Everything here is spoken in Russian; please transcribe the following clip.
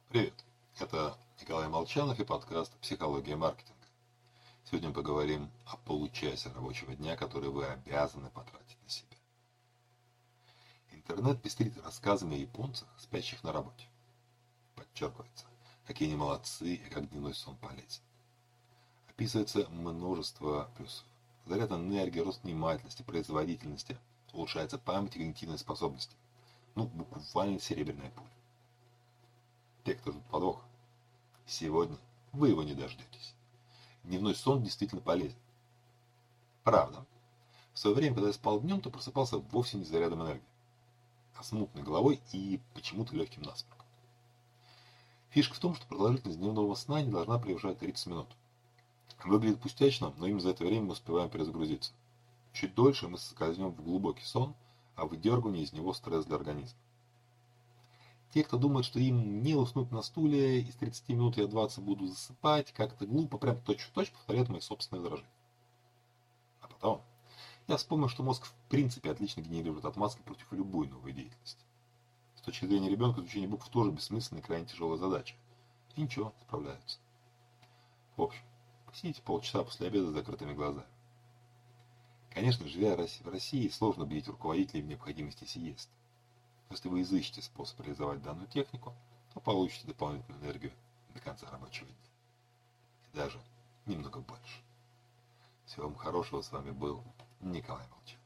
Привет, это Николай Молчанов и подкаст «Психология маркетинга». Сегодня мы поговорим о получасе рабочего дня, который вы обязаны потратить на себя. Интернет пестрит рассказами о японцах, спящих на работе. Подчеркивается, какие они молодцы и как дневной сон полезен. Описывается множество плюсов. Заряд энергии, рост внимательности, производительности, улучшается память и когнитивные способности. Буквально серебряная пуля. Те, кто ждут подвох, сегодня вы его не дождетесь. Дневной сон действительно полезен. Правда, в свое время, когда я спал днем, то просыпался вовсе не с зарядом энергии, а с мутной головой и почему-то легким насморком. Фишка в том, что продолжительность дневного сна не должна превышать 30 минут. Выглядит пустячно, но именно за это время мы успеваем перезагрузиться. Чуть дольше мы соскользнем в глубокий сон, а выдергивание из него стресс для организма. Те, кто думает, что им не уснуть на стуле, из 30 минут я 20 буду засыпать, как-то глупо, прям точь-в-точь повторяют мои собственные возражения. А потом я вспомнил, что мозг в принципе отлично генерирует отмазки против любой новой деятельности. С точки зрения ребенка изучение букв тоже бессмысленная и крайне тяжелая задача. И ничего, справляются. В общем, посидите полчаса после обеда с закрытыми глазами. Конечно, живя в России, сложно убедить руководителей в необходимости сиесты. Если вы изыщете способ реализовать данную технику, то получите дополнительную энергию до конца рабочего дня. И даже немного больше. Всего вам хорошего. С вами был Николай Молчанов.